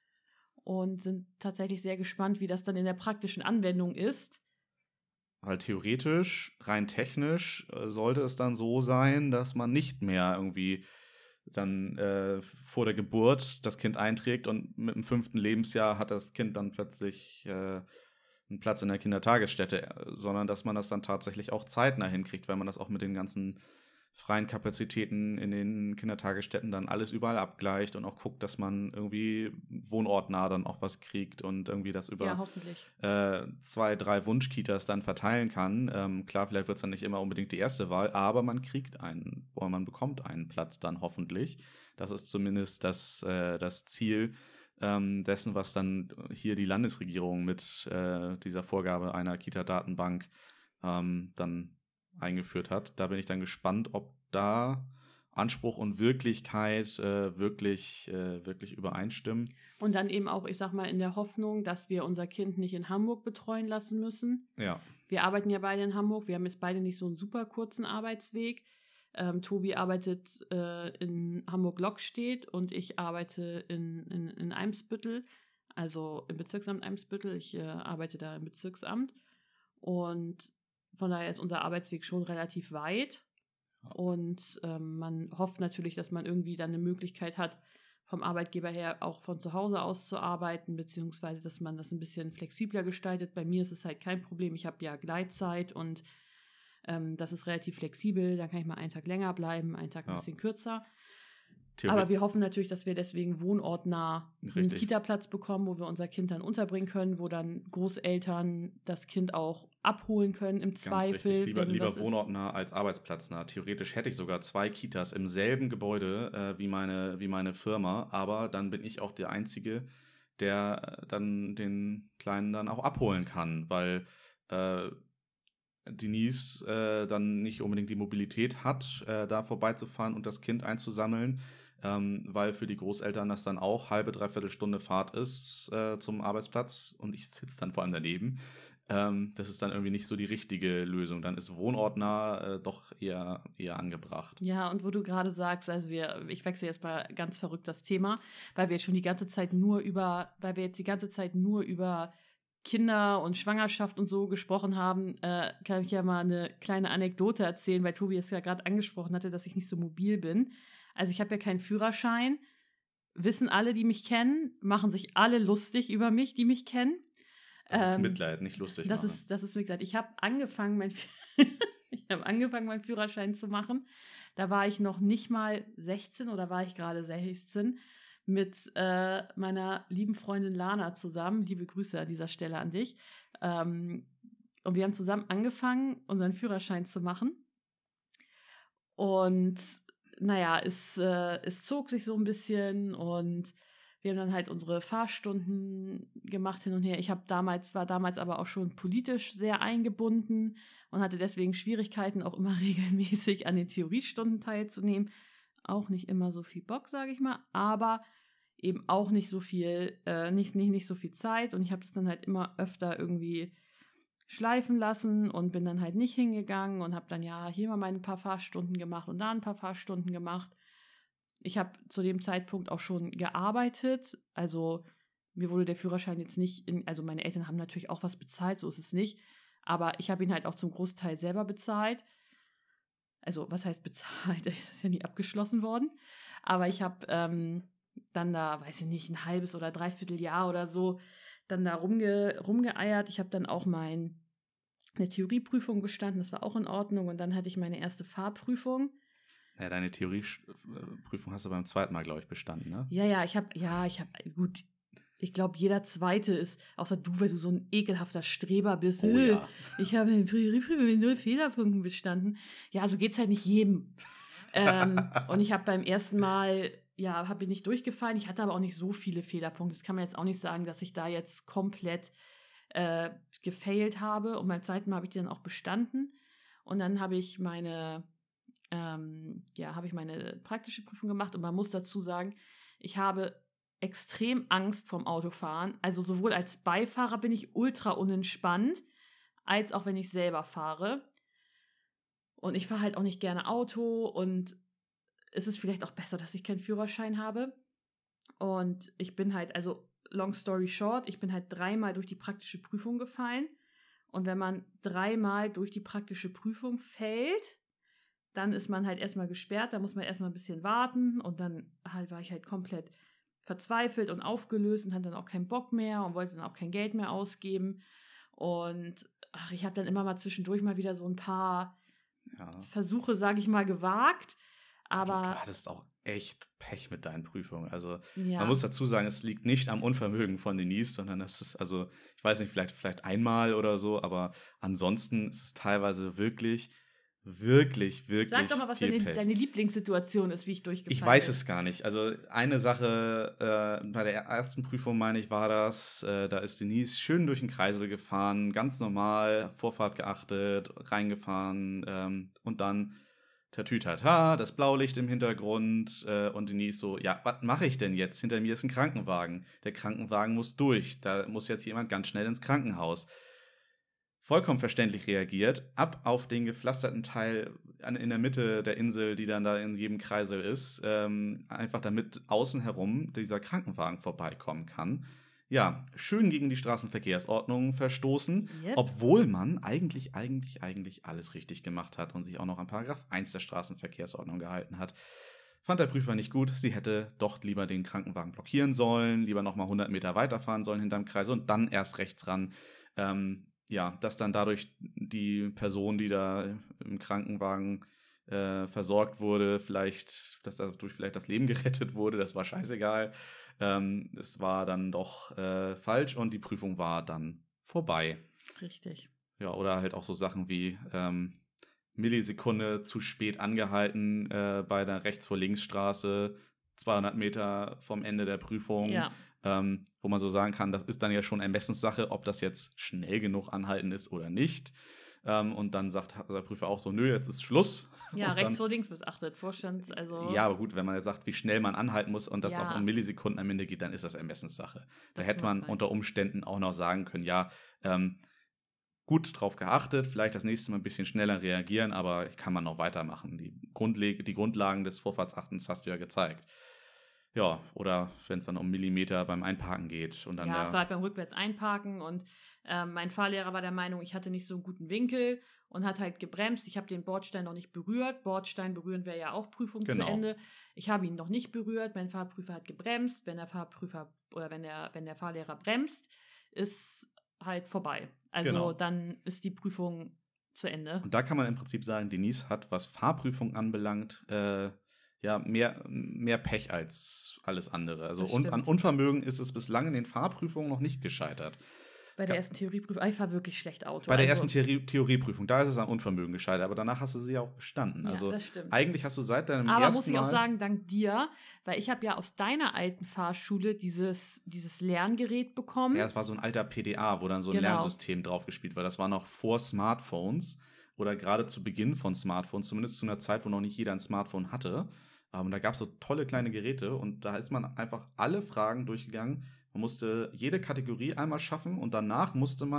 Und sind tatsächlich sehr gespannt, wie das dann in der praktischen Anwendung ist. Weil theoretisch, rein technisch, äh, sollte es dann so sein, dass man nicht mehr irgendwie dann äh, vor der Geburt das Kind einträgt und mit dem fünften Lebensjahr hat das Kind dann plötzlich äh, einen Platz in der Kindertagesstätte, sondern dass man das dann tatsächlich auch zeitnah hinkriegt, weil man das auch mit den ganzen freien Kapazitäten in den Kindertagesstätten dann alles überall abgleicht und auch guckt, dass man irgendwie wohnortnah dann auch was kriegt und irgendwie das über ja, hoffentlich. Äh, zwei, drei Wunschkitas dann verteilen kann. Ähm, klar, vielleicht wird es dann nicht immer unbedingt die erste Wahl, aber man kriegt einen, oder man bekommt einen Platz dann hoffentlich. Das ist zumindest das, äh, das Ziel ähm, dessen, was dann hier die Landesregierung mit äh, dieser Vorgabe einer Kita-Datenbank ähm, dann eingeführt hat. Da bin ich dann gespannt, ob da Anspruch und Wirklichkeit äh, wirklich, äh, wirklich übereinstimmen. Und dann eben auch, ich sag mal, in der Hoffnung, dass wir unser Kind nicht in Hamburg betreuen lassen müssen. Ja. Wir arbeiten ja beide in Hamburg. Wir haben jetzt beide nicht so einen super kurzen Arbeitsweg. Ähm, Tobi arbeitet äh, in Hamburg-Lockstedt und ich arbeite in, in, in Eimsbüttel, also im Bezirksamt Eimsbüttel. Ich äh, arbeite da im Bezirksamt. Und von daher ist unser Arbeitsweg schon relativ weit. Und ähm, man hofft natürlich, dass man irgendwie dann eine Möglichkeit hat, vom Arbeitgeber her auch von zu Hause aus zu arbeiten, beziehungsweise dass man das ein bisschen flexibler gestaltet. Bei mir ist es halt kein Problem. Ich habe ja Gleitzeit und ähm, das ist relativ flexibel. Da kann ich mal einen Tag länger bleiben, einen Tag ein ja. bisschen kürzer. Aber wir hoffen natürlich, dass wir deswegen wohnortnah Richtig. einen Kita-Platz bekommen, wo wir unser Kind dann unterbringen können, wo dann Großeltern das Kind auch abholen können im Ganz Zweifel. Richtig. Lieber, lieber wohnortnah als arbeitsplatznah. Theoretisch hätte ich sogar zwei Kitas im selben Gebäude äh, wie, meine, wie meine Firma, aber dann bin ich auch der Einzige, der dann den Kleinen dann auch abholen kann, weil äh, Denise äh, dann nicht unbedingt die Mobilität hat, äh, da vorbeizufahren und das Kind einzusammeln. Ähm, weil für die Großeltern das dann auch halbe, dreiviertel Stunde Fahrt ist äh, zum Arbeitsplatz und ich sitze dann vor allem daneben. Ähm, das ist dann irgendwie nicht so die richtige Lösung. Dann ist wohnortnah äh, doch eher, eher angebracht. Ja, und wo du gerade sagst, also wir, ich wechsle jetzt mal ganz verrückt das Thema, weil wir schon die ganze Zeit nur über, weil wir jetzt die ganze Zeit nur über Kinder und Schwangerschaft und so gesprochen haben, äh, kann ich ja mal eine kleine Anekdote erzählen, weil Tobi es ja gerade angesprochen hatte, dass ich nicht so mobil bin. Also ich habe ja keinen Führerschein, wissen alle, die mich kennen, machen sich alle lustig über mich, die mich kennen. Das ist ähm, Mitleid, nicht lustig das machen. Ist, das ist Mitleid. Ich habe angefangen, mein ich habe angefangen, meinen Führerschein zu machen. Da war ich noch nicht mal sechzehn oder war ich gerade sechzehn mit äh, meiner lieben Freundin Lana zusammen. Liebe Grüße an dieser Stelle an dich. Ähm, und wir haben zusammen angefangen, unseren Führerschein zu machen. Und naja, es, äh, es zog sich so ein bisschen und wir haben dann halt unsere Fahrstunden gemacht hin und her. Ich habe damals, war damals aber auch schon politisch sehr eingebunden und hatte deswegen Schwierigkeiten, auch immer regelmäßig an den Theoriestunden teilzunehmen. Auch nicht immer so viel Bock, sage ich mal, aber eben auch nicht so viel, äh, nicht, nicht, nicht so viel Zeit. Und ich habe das dann halt immer öfter irgendwie schleifen lassen und bin dann halt nicht hingegangen und habe dann ja hier mal meine paar Fahrstunden gemacht und da ein paar Fahrstunden gemacht. ich habe zu dem Zeitpunkt auch schon gearbeitet. Also mir wurde der Führerschein jetzt nicht, in, also meine Eltern haben natürlich auch was bezahlt, so ist es nicht. Aber ich habe ihn halt auch zum Großteil selber bezahlt. Also was heißt bezahlt? Das ist ja nie abgeschlossen worden. Aber ich habe ähm, dann da, weiß ich nicht, ein halbes oder dreiviertel Jahr oder so dann da rumge, rumgeeiert. Ich habe dann auch mein, eine Theorieprüfung bestanden, das war auch in Ordnung. Und dann hatte ich meine erste Fahrprüfung. Ja, deine Theorieprüfung hast du beim zweiten Mal, glaube ich, bestanden, ne? Ja, ja, ich habe, ja, ich habe, gut, ich glaube, jeder Zweite ist, außer du, weil du so ein ekelhafter Streber bist. Oh ja. Ich habe eine Theorieprüfung mit null Fehlerpunkten bestanden. Ja, so geht's halt nicht jedem. ähm, und ich habe beim ersten Mal, ja, habe ich nicht durchgefallen. Ich hatte aber auch nicht so viele Fehlerpunkte. Das kann man jetzt auch nicht sagen, dass ich da jetzt komplett äh, gefailt habe. Und beim zweiten Mal habe ich die dann auch bestanden. Und dann habe ich meine, ähm, ja, habe ich meine praktische Prüfung gemacht. Und man muss dazu sagen, ich habe extrem Angst vorm Autofahren. Also sowohl als Beifahrer bin ich ultra unentspannt, als auch wenn ich selber fahre. Und ich fahre halt auch nicht gerne Auto und es ist vielleicht auch besser, dass ich keinen Führerschein habe. Und ich bin halt, also long story short, ich bin halt dreimal durch die praktische Prüfung gefallen. Und wenn man dreimal durch die praktische Prüfung fällt, dann ist man halt erstmal gesperrt, da muss man erstmal ein bisschen warten und dann halt war ich halt komplett verzweifelt und aufgelöst und hatte dann auch keinen Bock mehr und wollte dann auch kein Geld mehr ausgeben. Und ach, ich habe dann immer mal zwischendurch mal wieder so ein paar ja. Versuche, sage ich mal, gewagt. Aber du, du hattest auch echt Pech mit deinen Prüfungen. Also ja. man muss dazu sagen, es liegt nicht am Unvermögen von Denise, sondern es ist, also ich weiß nicht, vielleicht, vielleicht einmal oder so, aber ansonsten ist es teilweise wirklich Wirklich, wirklich. Sag doch mal, was deine, deine Lieblingssituation ist, wie ich durchgefallen bin. Ich weiß es gar nicht. Also eine Sache, äh, bei der ersten Prüfung, meine ich, war das, äh, da ist Denise schön durch den Kreisel gefahren, ganz normal, Vorfahrt geachtet, reingefahren ähm, und dann tatütata, das Blaulicht im Hintergrund äh, und Denise so, ja, was mache ich denn jetzt? Hinter mir ist ein Krankenwagen. Der Krankenwagen muss durch. Da muss jetzt jemand ganz schnell ins Krankenhaus. Vollkommen verständlich reagiert, ab auf den gepflasterten Teil an, in der Mitte der Insel, die dann da in jedem Kreisel ist, ähm, einfach damit außen herum dieser Krankenwagen vorbeikommen kann. Ja, schön gegen die Straßenverkehrsordnung verstoßen, yep. Obwohl man eigentlich, eigentlich, eigentlich alles richtig gemacht hat und sich auch noch an Paragraph eins der Straßenverkehrsordnung gehalten hat. Fand der Prüfer nicht gut, sie hätte doch lieber den Krankenwagen blockieren sollen, lieber nochmal hundert Meter weiterfahren sollen hinterm Kreisel und dann erst rechts ran. Ähm, Ja, dass dann dadurch die Person, die da im Krankenwagen äh, versorgt wurde, vielleicht, dass dadurch vielleicht das Leben gerettet wurde, das war scheißegal. Ähm, es war dann doch äh, falsch und die Prüfung war dann vorbei. Richtig. Ja, oder halt auch so Sachen wie ähm, Millisekunde zu spät angehalten äh, bei der Rechts-vor-Links-Straße, zweihundert Meter vom Ende der Prüfung. Ja. Ähm, wo man so sagen kann, das ist dann ja schon Ermessenssache, ob das jetzt schnell genug anhalten ist oder nicht. Ähm, und dann sagt der Prüfer auch so, nö, jetzt ist Schluss. Ja, und rechts dann, vor links missachtet, Vorstands, also... Ja, aber gut, wenn man jetzt sagt, wie schnell man anhalten muss und das ja. auch um Millisekunden am Ende geht, dann ist das Ermessenssache. Da das hätte man sein. unter Umständen auch noch sagen können, ja, ähm, gut drauf geachtet, vielleicht das nächste Mal ein bisschen schneller reagieren, aber kann man noch weitermachen. Die, Grundleg- die Grundlagen des Vorfahrtsachtens hast du ja gezeigt. Ja, oder wenn es dann um Millimeter beim Einparken geht. Und dann ja, es war halt beim Rückwärts einparken und äh, mein Fahrlehrer war der Meinung, ich hatte nicht so einen guten Winkel und hat halt gebremst. Ich habe den Bordstein noch nicht berührt. Bordstein berühren wäre ja auch Prüfung genau. zu Ende. Ich habe ihn noch nicht berührt. Mein Fahrprüfer hat gebremst. Wenn der Fahrprüfer oder wenn der, wenn der Fahrlehrer bremst, ist halt vorbei. Also genau. Dann ist die Prüfung zu Ende. Und da kann man im Prinzip sagen, Denise hat, was Fahrprüfung anbelangt, äh, ja, mehr, mehr Pech als alles andere. Also un- an Unvermögen ist es bislang in den Fahrprüfungen noch nicht gescheitert. Bei der ersten Theorieprüfung, ich fahre wirklich schlecht Auto. Bei der also. ersten Theorie- Theorieprüfung, da ist es an Unvermögen gescheitert, aber danach hast du sie ja auch bestanden. Ja, also das stimmt. Eigentlich hast du seit deinem aber ersten muss ich Mal auch sagen, dank dir, weil ich habe ja aus deiner alten Fahrschule dieses, dieses Lerngerät bekommen. Ja, das war so ein alter P D A, wo dann so ein genau. Lernsystem draufgespielt war. Das war noch vor Smartphones oder gerade zu Beginn von Smartphones, zumindest zu einer Zeit, wo noch nicht jeder ein Smartphone hatte. Und da gab es so tolle kleine Geräte und da ist man einfach alle Fragen durchgegangen. Man musste jede Kategorie einmal schaffen und danach musste man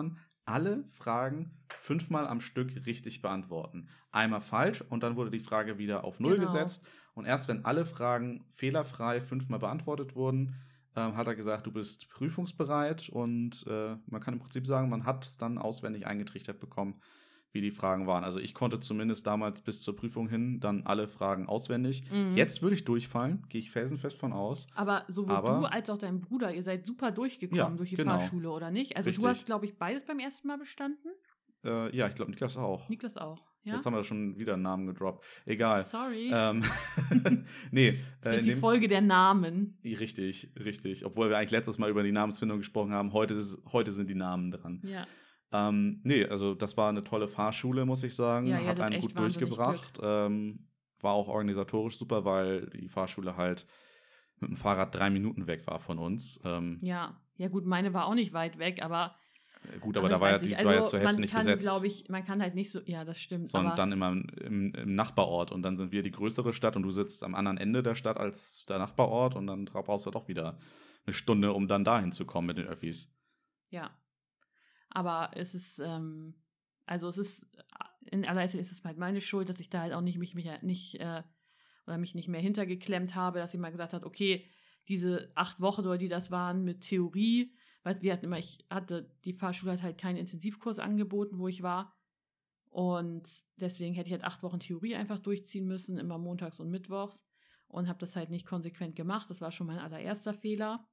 alle Fragen fünfmal am Stück richtig beantworten. Einmal falsch und dann wurde die Frage wieder auf Null Genau. gesetzt. Und erst wenn alle Fragen fehlerfrei fünfmal beantwortet wurden, ähm, hat er gesagt, du bist prüfungsbereit. Und äh, man kann im Prinzip sagen, man hat es dann auswendig eingetrichtert bekommen, wie die Fragen waren. Also ich konnte zumindest damals bis zur Prüfung hin dann alle Fragen auswendig. Mhm. Jetzt würde ich durchfallen, gehe ich felsenfest von aus. Aber sowohl Aber- du als auch dein Bruder, ihr seid super durchgekommen Ja, durch die genau. Fahrschule, oder nicht? Also Richtig. du hast, glaube ich, beides beim ersten Mal bestanden. Äh, ja, ich glaube, Niklas auch. Niklas auch, ja? Jetzt haben wir schon wieder einen Namen gedroppt. Egal. Sorry. Ähm, nee, das äh, ist in die dem- Folge der Namen. richtig, richtig. Obwohl wir eigentlich letztes Mal über die Namensfindung gesprochen haben. Heute, ist, heute sind die Namen dran. Ja. Ähm, nee, also das war eine tolle Fahrschule, muss ich sagen. Ja, ihr Hat hattet einen echt gut wahnsinnig durchgebracht. Ähm, war auch organisatorisch super, weil die Fahrschule halt mit dem Fahrrad drei Minuten weg war von uns. Ähm, Ja. Ja, gut, meine war auch nicht weit weg, aber. Gut, aber ich da war ja, weiß die nicht. war ja Also, zur Hälfte man nicht kann, besetzt. glaube ich, man kann halt nicht so. Ja, das stimmt. Sondern aber dann immer im, im Nachbarort. Und dann sind wir die größere Stadt und du sitzt am anderen Ende der Stadt als der Nachbarort und dann brauchst du doch wieder eine Stunde, um dann dahin zu kommen mit den Öffis. Ja. Aber es ist, ähm, also es ist, in allererster Linie ist es halt meine Schuld, dass ich da halt auch nicht mich, mich nicht, äh, oder mich nicht mehr hintergeklemmt habe, dass ich mal gesagt habe, okay, diese acht Wochen oder die das waren mit Theorie, weil wir hatten immer, ich hatte, die Fahrschule hat halt keinen Intensivkurs angeboten, wo ich war. Und deswegen hätte ich halt acht Wochen Theorie einfach durchziehen müssen, immer montags und mittwochs. Und habe das halt nicht konsequent gemacht. Das war schon mein allererster Fehler.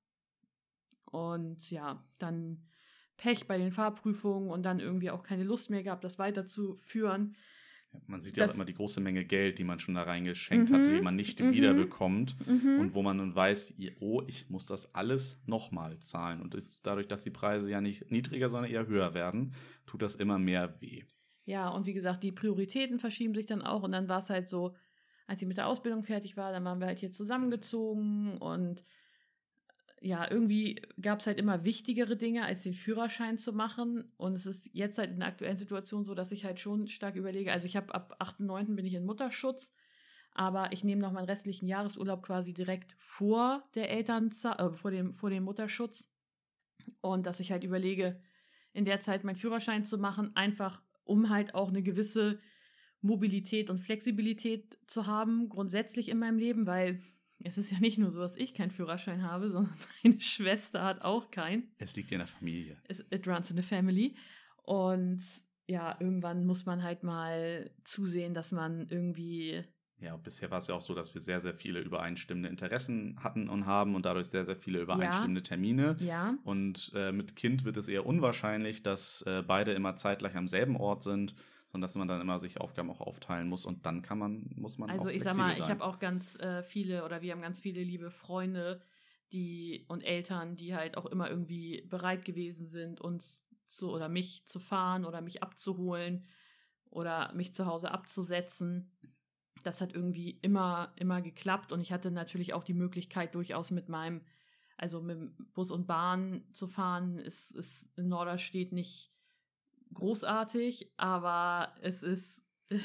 Und ja, dann Pech bei den Fahrprüfungen und dann irgendwie auch keine Lust mehr gehabt, das weiterzuführen. Man sieht ja Das- auch immer die große Menge Geld, die man schon da reingeschenkt Mhm, hat, die man nicht mhm. wiederbekommt. Mhm. Und wo man dann weiß, oh, ich muss das alles nochmal zahlen. Und ist, dadurch, dass die Preise ja nicht niedriger, sondern eher höher werden, tut das immer mehr weh. Ja, und wie gesagt, die Prioritäten verschieben sich dann auch. Und dann war es halt so, als ich mit der Ausbildung fertig war, dann waren wir halt hier zusammengezogen. Und ja, irgendwie gab es halt immer wichtigere Dinge, als den Führerschein zu machen. Und es ist jetzt halt in der aktuellen Situation so, dass ich halt schon stark überlege. Also ich habe ab achten neunten bin ich in Mutterschutz. Aber ich nehme noch meinen restlichen Jahresurlaub quasi direkt vor der Elternzeit, äh, vor dem, vor dem Mutterschutz. Und dass ich halt überlege, in der Zeit meinen Führerschein zu machen, einfach um halt auch eine gewisse Mobilität und Flexibilität zu haben, grundsätzlich in meinem Leben, weil es ist ja nicht nur so, dass ich keinen Führerschein habe, sondern meine Schwester hat auch keinen. Es liegt ja in der Familie. It, it runs in the family. Und ja, irgendwann muss man halt mal zusehen, dass man irgendwie. Ja, bisher war es ja auch so, dass wir sehr, sehr viele übereinstimmende Interessen hatten und haben und dadurch sehr, sehr viele übereinstimmende Termine. Ja. Und äh, mit Kind wird es eher unwahrscheinlich, dass äh, beide immer zeitgleich am selben Ort sind, sondern dass man dann immer sich Aufgaben auch aufteilen muss und dann kann man, muss man Also auch ich flexibel sag mal, sein. ich habe auch ganz äh, viele oder wir haben ganz viele liebe Freunde, die und Eltern, die halt auch immer irgendwie bereit gewesen sind, uns zu oder mich zu fahren oder mich abzuholen oder mich zu Hause abzusetzen. Das hat irgendwie immer, immer geklappt und ich hatte natürlich auch die Möglichkeit, durchaus mit meinem, also mit dem Bus und Bahn zu fahren. Es ist in Norderstedt nicht großartig, aber es ist.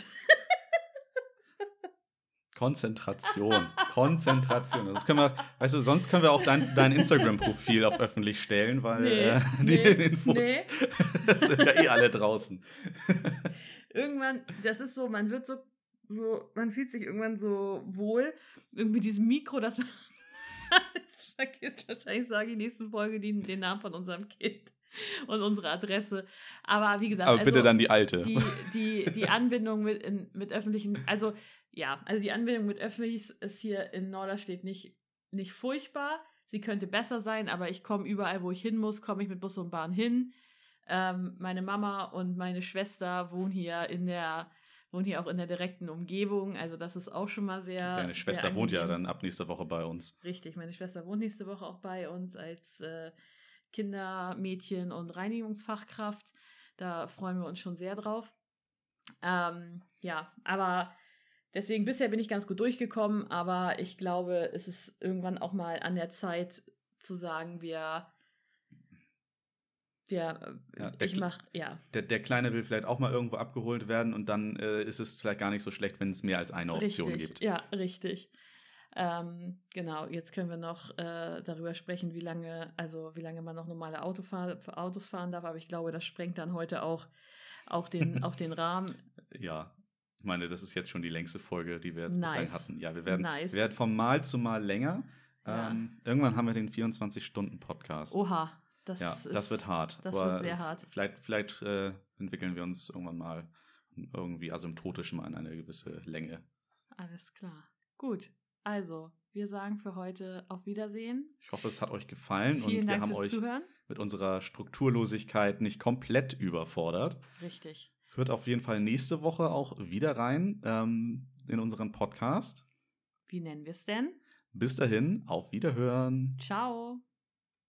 Konzentration. Konzentration. Das können wir, weißt du, sonst können wir auch dein, dein Instagram-Profil auf öffentlich stellen, weil Nee, äh, die nee, Infos nee. sind ja eh alle draußen. Irgendwann, das ist so, man wird so, so, man fühlt sich irgendwann so wohl. Irgendwie dieses Mikro, das man alles vergisst. Wahrscheinlich sage ich in der nächsten Folge den, den Namen von unserem Kind und unsere Adresse. Aber wie gesagt, Aber bitte also dann die alte. die, die, die Anbindung mit, in, mit öffentlichen, also ja, also die Anbindung mit Öffis ist hier in Norderstedt nicht, nicht furchtbar. Sie könnte besser sein, aber ich komme überall, wo ich hin muss, komme ich mit Bus und Bahn hin. Ähm, meine Mama und meine Schwester wohnen hier in der, wohnen hier auch in der direkten Umgebung. Also das ist auch schon mal sehr. Deine Schwester sehr wohnt ja angenehm. dann ab nächster Woche bei uns. Richtig, meine Schwester wohnt nächste Woche auch bei uns als äh, Kindermädchen und Reinigungsfachkraft. Da freuen wir uns schon sehr drauf. Ähm, ja, aber deswegen bisher bin ich ganz gut durchgekommen, aber ich glaube, es ist irgendwann auch mal an der Zeit zu sagen, wir, wir Ja, der ich Kle- mach, ja, Der, der Kleine will vielleicht auch mal irgendwo abgeholt werden und dann äh, ist es vielleicht gar nicht so schlecht, wenn es mehr als eine Option richtig, gibt. ja, richtig. Ähm, genau, jetzt können wir noch äh, darüber sprechen, wie lange, also wie lange man noch normale Autofahr Autos fahren darf, aber ich glaube, das sprengt dann heute auch, auch, den, auch den Rahmen. Ja, ich meine, das ist jetzt schon die längste Folge, die wir jetzt Nice. bislang hatten. Ja, wir werden, Nice. wir werden von Mal zu Mal länger. Ja. Ähm, irgendwann haben wir den vierundzwanzig-Stunden-Podcast. Oha, das, ja, ist, das wird hart. Das aber wird sehr hart. Vielleicht, vielleicht äh, entwickeln wir uns irgendwann mal irgendwie asymptotisch mal in eine gewisse Länge. Alles klar. Gut, also wir sagen für heute auf Wiedersehen. Ich hoffe, es hat euch gefallen. Vielen und wir Dank haben fürs euch Zuhören. mit unserer Strukturlosigkeit nicht komplett überfordert. Richtig. Hört auf jeden Fall nächste Woche auch wieder rein ähm, in unseren Podcast. Wie nennen wir es denn? Bis dahin, auf Wiederhören. Ciao.